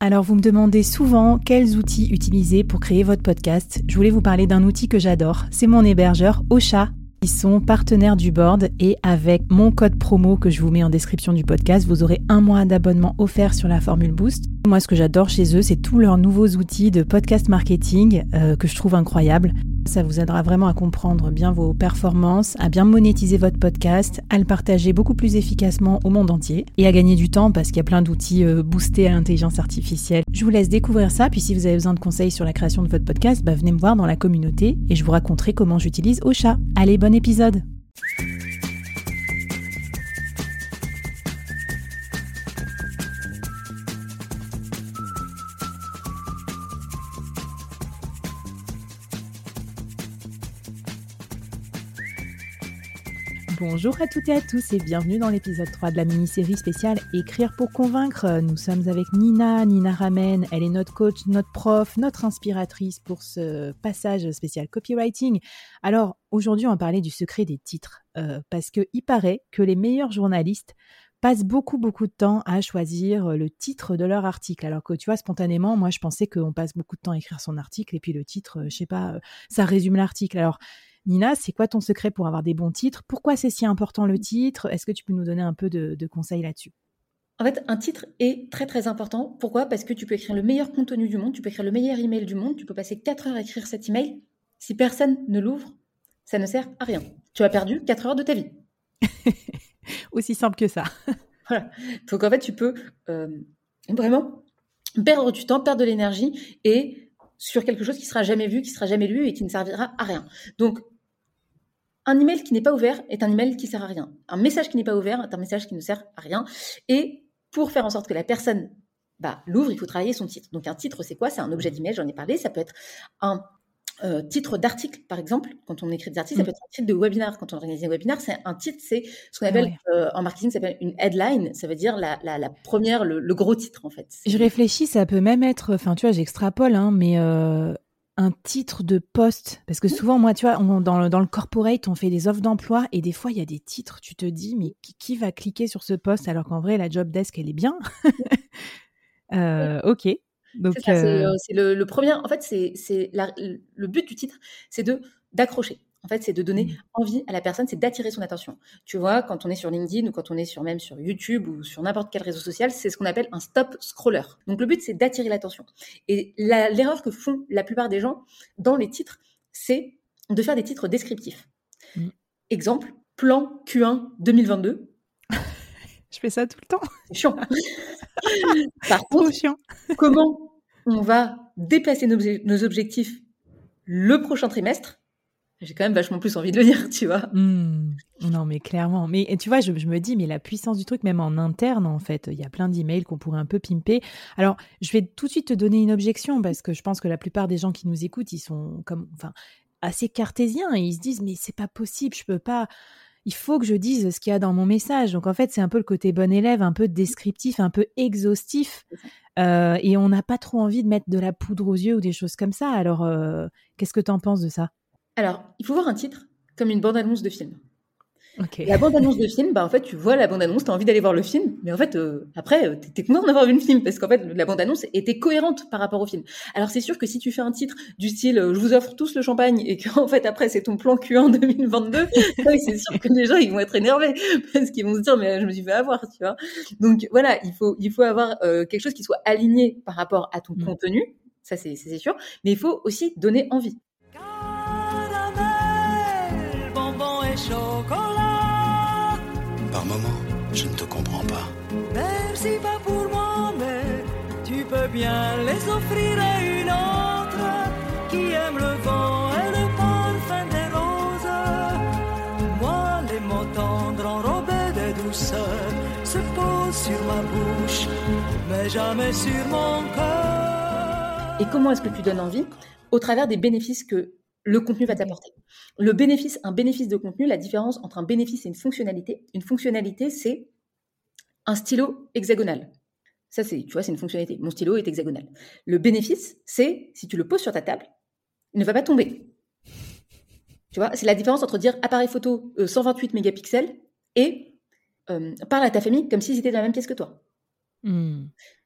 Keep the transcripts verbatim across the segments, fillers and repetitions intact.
Alors, vous me demandez souvent quels outils utiliser pour créer votre podcast. Je voulais vous parler d'un outil que j'adore. C'est mon hébergeur, Ocha. Ils sont partenaires du board et avec mon code promo que je vous mets en description du podcast, vous aurez un mois d'abonnement offert sur la formule Boost. Moi, ce que j'adore chez eux, c'est tous leurs nouveaux outils de podcast marketing euh, que je trouve incroyables. Ça vous aidera vraiment à comprendre bien vos performances, à bien monétiser votre podcast, à le partager beaucoup plus efficacement au monde entier et à gagner du temps parce qu'il y a plein d'outils euh, boostés à l'intelligence artificielle. Je vous laisse découvrir ça, puis si vous avez besoin de conseils sur la création de votre podcast, bah, venez me voir dans la communauté et je vous raconterai comment j'utilise Ocha. Allez, bon épisode! Bonjour à toutes et à tous et bienvenue dans l'épisode trois de la mini-série spéciale Écrire pour convaincre. Nous sommes avec Nina, Nina Ramen, elle est notre coach, notre prof, notre inspiratrice pour ce passage spécial copywriting. Alors aujourd'hui on va parler du secret des titres euh, parce qu'il paraît que les meilleurs journalistes passent beaucoup beaucoup de temps à choisir le titre de leur article. Alors que tu vois, spontanément, moi je pensais qu'on passe beaucoup de temps à écrire son article et puis le titre, euh, je sais pas, euh, ça résume l'article. Alors Nina, c'est quoi ton secret pour avoir des bons titres? Pourquoi c'est si important le titre? Est-ce que tu peux nous donner un peu de, de conseils là-dessus? En fait, un titre est très très important. Pourquoi? Parce que tu peux écrire le meilleur contenu du monde, tu peux écrire le meilleur email du monde, tu peux passer quatre heures à écrire cet email. Si personne ne l'ouvre, ça ne sert à rien. Tu as perdu quatre heures de ta vie. Aussi simple que ça. Voilà. Donc en fait, tu peux euh, vraiment perdre du temps, perdre de l'énergie et sur quelque chose qui sera jamais vu, qui sera jamais lu et qui ne servira à rien. Donc un email qui n'est pas ouvert est un email qui sert à rien. Un message qui n'est pas ouvert est un message qui ne sert à rien. Et pour faire en sorte que la personne bah, l'ouvre, il faut travailler son titre. Donc un titre, c'est quoi? C'est un objet d'email, j'en ai parlé. Ça peut être un euh, titre d'article, par exemple. Quand on écrit des articles, mmh. ça peut être un titre de webinaire. Quand on organise un webinaire, c'est un titre, c'est ce qu'on appelle, ouais. euh, en marketing, ça s'appelle une headline. Ça veut dire la, la, la première, le, le gros titre, en fait. C'est... Je réfléchis, ça peut même être, enfin, tu vois, j'extrapole, hein, mais... Euh... un titre de poste, parce que souvent, moi, tu vois, on, dans, le, dans le corporate, on fait des offres d'emploi et des fois, il y a des titres, tu te dis, mais qui, qui va cliquer sur ce poste alors qu'en vrai, la job desk, elle est bien. euh, ok. Donc, c'est ça, euh... c'est, euh, c'est le, le premier, en fait, c'est, c'est la, le but du titre, c'est de, d'accrocher. En fait, c'est de donner mmh. envie à la personne, c'est d'attirer son attention. Tu vois, quand on est sur LinkedIn ou quand on est sur même sur YouTube ou sur n'importe quel réseau social, c'est ce qu'on appelle un stop scroller. Donc, le but, c'est d'attirer l'attention. Et la, l'erreur que font la plupart des gens dans les titres, c'est de faire des titres descriptifs. Mmh. Exemple, plan Q un deux mille vingt-deux. Je fais ça tout le temps. C'est chiant. Par contre, chiant. Comment on va déplacer nos, nos objectifs le prochain trimestre? J'ai quand même vachement plus envie de le dire, tu vois. Mmh. Non, mais clairement. Mais tu vois, je, je me dis, mais la puissance du truc, même en interne, en fait, il y a plein d'emails qu'on pourrait un peu pimper. Alors, je vais tout de suite te donner une objection parce que je pense que la plupart des gens qui nous écoutent, ils sont comme, enfin, assez cartésiens et ils se disent, mais c'est pas possible, je peux pas. Il faut que je dise ce qu'il y a dans mon message. Donc, en fait, c'est un peu le côté bon élève, un peu descriptif, un peu exhaustif. Euh, et on n'a pas trop envie de mettre de la poudre aux yeux ou des choses comme ça. Alors, euh, qu'est-ce que tu en penses de ça? Alors, il faut voir un titre comme une bande-annonce de film. Okay. La bande-annonce de film, bah en fait, tu vois la bande-annonce, tu as envie d'aller voir le film, mais en fait, euh, après, tu es content d'avoir vu le film, parce qu'en fait, la bande-annonce était cohérente par rapport au film. Alors, c'est sûr que si tu fais un titre du style euh, « Je vous offre tous le champagne » et qu'en fait, après, c'est ton plan Q un deux mille vingt-deux, oui, c'est sûr que les gens, ils vont être énervés, parce qu'ils vont se dire « Mais je me suis fait avoir », tu vois. Donc, voilà, il faut, il faut avoir euh, quelque chose qui soit aligné par rapport à ton mmh. contenu, ça, c'est, c'est sûr, mais il faut aussi donner envie. Par moment, je ne te comprends pas. Merci pas pour moi, mais tu peux bien les offrir à une autre qui aime le vent et le parfum des roses. Moi, les mots tendres enrobés de douceur se posent sur ma bouche, mais jamais sur mon cœur. Et comment est-ce que tu donnes envie? Au travers des bénéfices que le contenu va t'apporter. Le bénéfice, un bénéfice de contenu, la différence entre un bénéfice et une fonctionnalité. Une fonctionnalité, c'est un stylo hexagonal. Ça, c'est, tu vois, c'est une fonctionnalité. Mon stylo est hexagonal. Le bénéfice, c'est, si tu le poses sur ta table, il ne va pas tomber. Tu vois, c'est la différence entre dire appareil photo euh, cent vingt-huit mégapixels et euh, parle à ta famille comme si c'était dans la même pièce que toi. Mmh.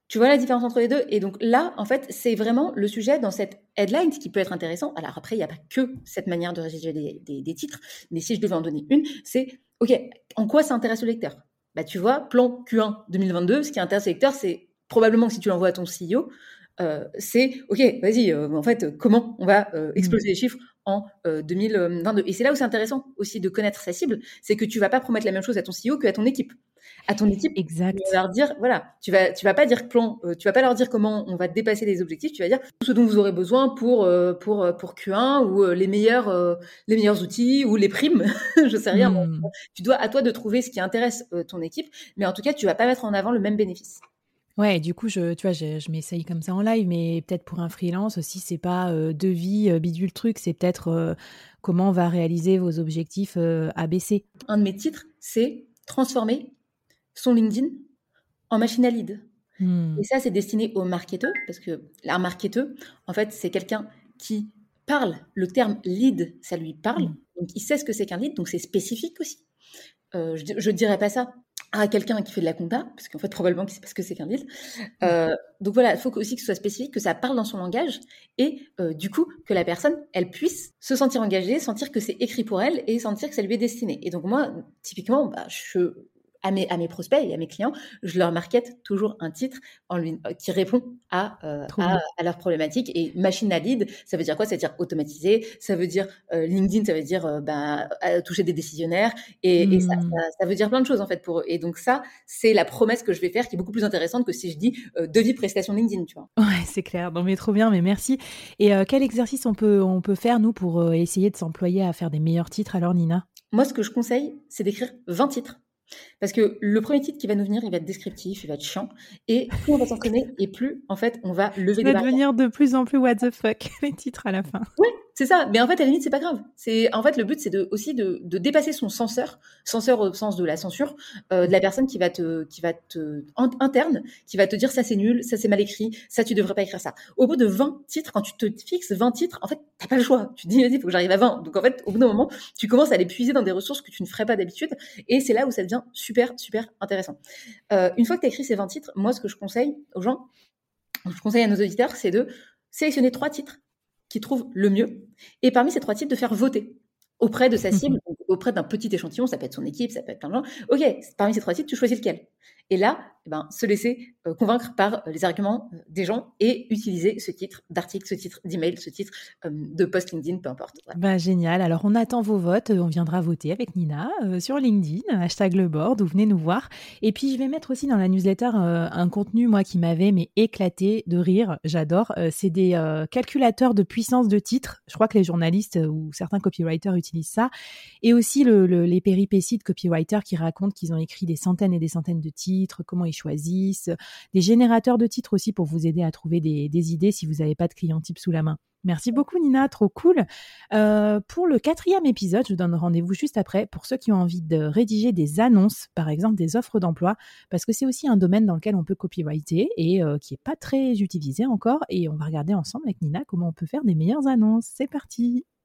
Tu vois la différence entre les deux? Et donc là, en fait, c'est vraiment le sujet dans cette headline qui peut être intéressant. Alors après, il n'y a pas que cette manière de rédiger des, des, des titres, mais si je devais en donner une, c'est OK, en quoi ça intéresse le lecteur? Bah, tu vois, plan Q un deux mille vingt-deux, ce qui intéresse le lecteur, c'est probablement que si tu l'envoies à ton C E O, euh, c'est OK, vas-y, euh, en fait, comment on va euh, exploser mmh. les chiffres en euh, deux mille vingt-deux? Et c'est là où c'est intéressant aussi de connaître sa cible, c'est que tu vas pas promettre la même chose à ton C E O qu'à ton équipe. À ton équipe, exact. tu vas leur dire, voilà, tu vas, tu vas pas dire plan, euh, tu vas pas leur dire comment on va dépasser les objectifs, tu vas dire tout ce dont vous aurez besoin pour euh, pour pour Q un ou euh, les meilleurs euh, les meilleurs outils ou les primes, je sais rien. Mm. Bon, tu dois à toi de trouver ce qui intéresse euh, ton équipe, mais en tout cas, tu vas pas mettre en avant le même bénéfice. Ouais, du coup, je, tu vois, je, je m'essaye comme ça en live, mais peut-être pour un freelance aussi, c'est pas euh, devis, euh, bidule truc, c'est peut-être euh, comment on va réaliser vos objectifs euh, A B C. Un de mes titres, c'est transformer son LinkedIn en machine à lead. Hmm. Et ça, c'est destiné aux marketeurs, parce que un marketeur, en fait, c'est quelqu'un qui parle, le terme lead, ça lui parle, hmm. donc il sait ce que c'est qu'un lead, donc c'est spécifique aussi. Euh, je ne dirais pas ça à quelqu'un qui fait de la compta, parce qu'en fait, probablement qu'il sait pas ce que c'est qu'un lead. Euh, donc voilà, il faut aussi que ce soit spécifique, que ça parle dans son langage, et euh, du coup, que la personne, elle puisse se sentir engagée, sentir que c'est écrit pour elle, et sentir que ça lui est destiné. Et donc moi, typiquement, bah, je... À mes, à mes prospects et à mes clients, je leur market toujours un titre en lui, euh, qui répond à, euh, à, à leurs problématiques. Et machine à lead, ça veut dire quoi? Ça veut dire automatiser, ça veut dire euh, LinkedIn, ça veut dire euh, bah, toucher des décisionnaires, et, mmh. et ça, ça, ça veut dire plein de choses en fait pour eux. Et donc ça, c'est la promesse que je vais faire qui est beaucoup plus intéressante que si je dis euh, devis prestation LinkedIn, tu vois. Ouais, c'est clair. Non mais trop bien, mais merci. Et euh, quel exercice on peut, on peut faire, nous, pour euh, essayer de s'employer à faire des meilleurs titres alors, Nina? Moi, ce que je conseille, c'est d'écrire vingt titres. Parce que le premier titre qui va nous venir, il va être descriptif, il va être chiant. Et plus on va s'entraîner, et plus, en fait, on va lever des barrières. Ça va devenir de plus en plus what the fuck, les titres à la fin. Oui, c'est ça. Mais en fait, à la limite, c'est pas grave. C'est, en fait, le but, c'est de, aussi de, de dépasser son censeur, censeur au sens de la censure, euh, de la personne qui va te, qui va te, en, interne, qui va te dire ça c'est nul, ça c'est mal écrit, ça tu devrais pas écrire ça. Au bout de vingt titres, quand tu te fixes vingt titres, en fait, t'as pas le choix. Tu te dis, vas-y, il faut que j'arrive à vingt. Donc en fait, au bout d'un moment, tu commences à les puiser dans des ressources que tu ne ferais pas d'habitude. Et c'est là où ça devient super, super intéressant. Euh, une fois que tu as écrit ces vingt titres, moi, ce que je conseille aux gens, je conseille à nos auditeurs, c'est de sélectionner trois titres qui trouvent le mieux, et parmi ces trois titres, de faire voter auprès de sa cible, mmh. donc auprès d'un petit échantillon, ça peut être son équipe, ça peut être plein de gens. Ok, parmi ces trois titres, tu choisis lequel? Et là, eh ben, se laisser euh, convaincre par euh, les arguments euh, des gens et utiliser ce titre d'article, ce titre d'email, ce titre euh, de post LinkedIn, peu importe. Voilà. Bah, génial. Alors, on attend vos votes. On viendra voter avec Nina euh, sur LinkedIn, hashtag le board, ou venez nous voir. Et puis, je vais mettre aussi dans la newsletter euh, un contenu, moi, qui m'avait mais éclaté de rire. J'adore. Euh, c'est des euh, calculateurs de puissance de titres. Je crois que les journalistes euh, ou certains copywriters utilisent ça. Et aussi le, le, les péripéties de copywriters qui racontent qu'ils ont écrit des centaines et des centaines de titres, comment ils choisissent, des générateurs de titres aussi pour vous aider à trouver des, des idées si vous n'avez pas de client type sous la main. Merci beaucoup Nina, trop cool. Euh, pour le quatrième épisode, je vous donne rendez-vous juste après pour ceux qui ont envie de rédiger des annonces, par exemple des offres d'emploi, parce que c'est aussi un domaine dans lequel on peut copywriter et euh, qui n'est pas très utilisé encore. Et on va regarder ensemble avec Nina comment on peut faire des meilleures annonces. C'est parti!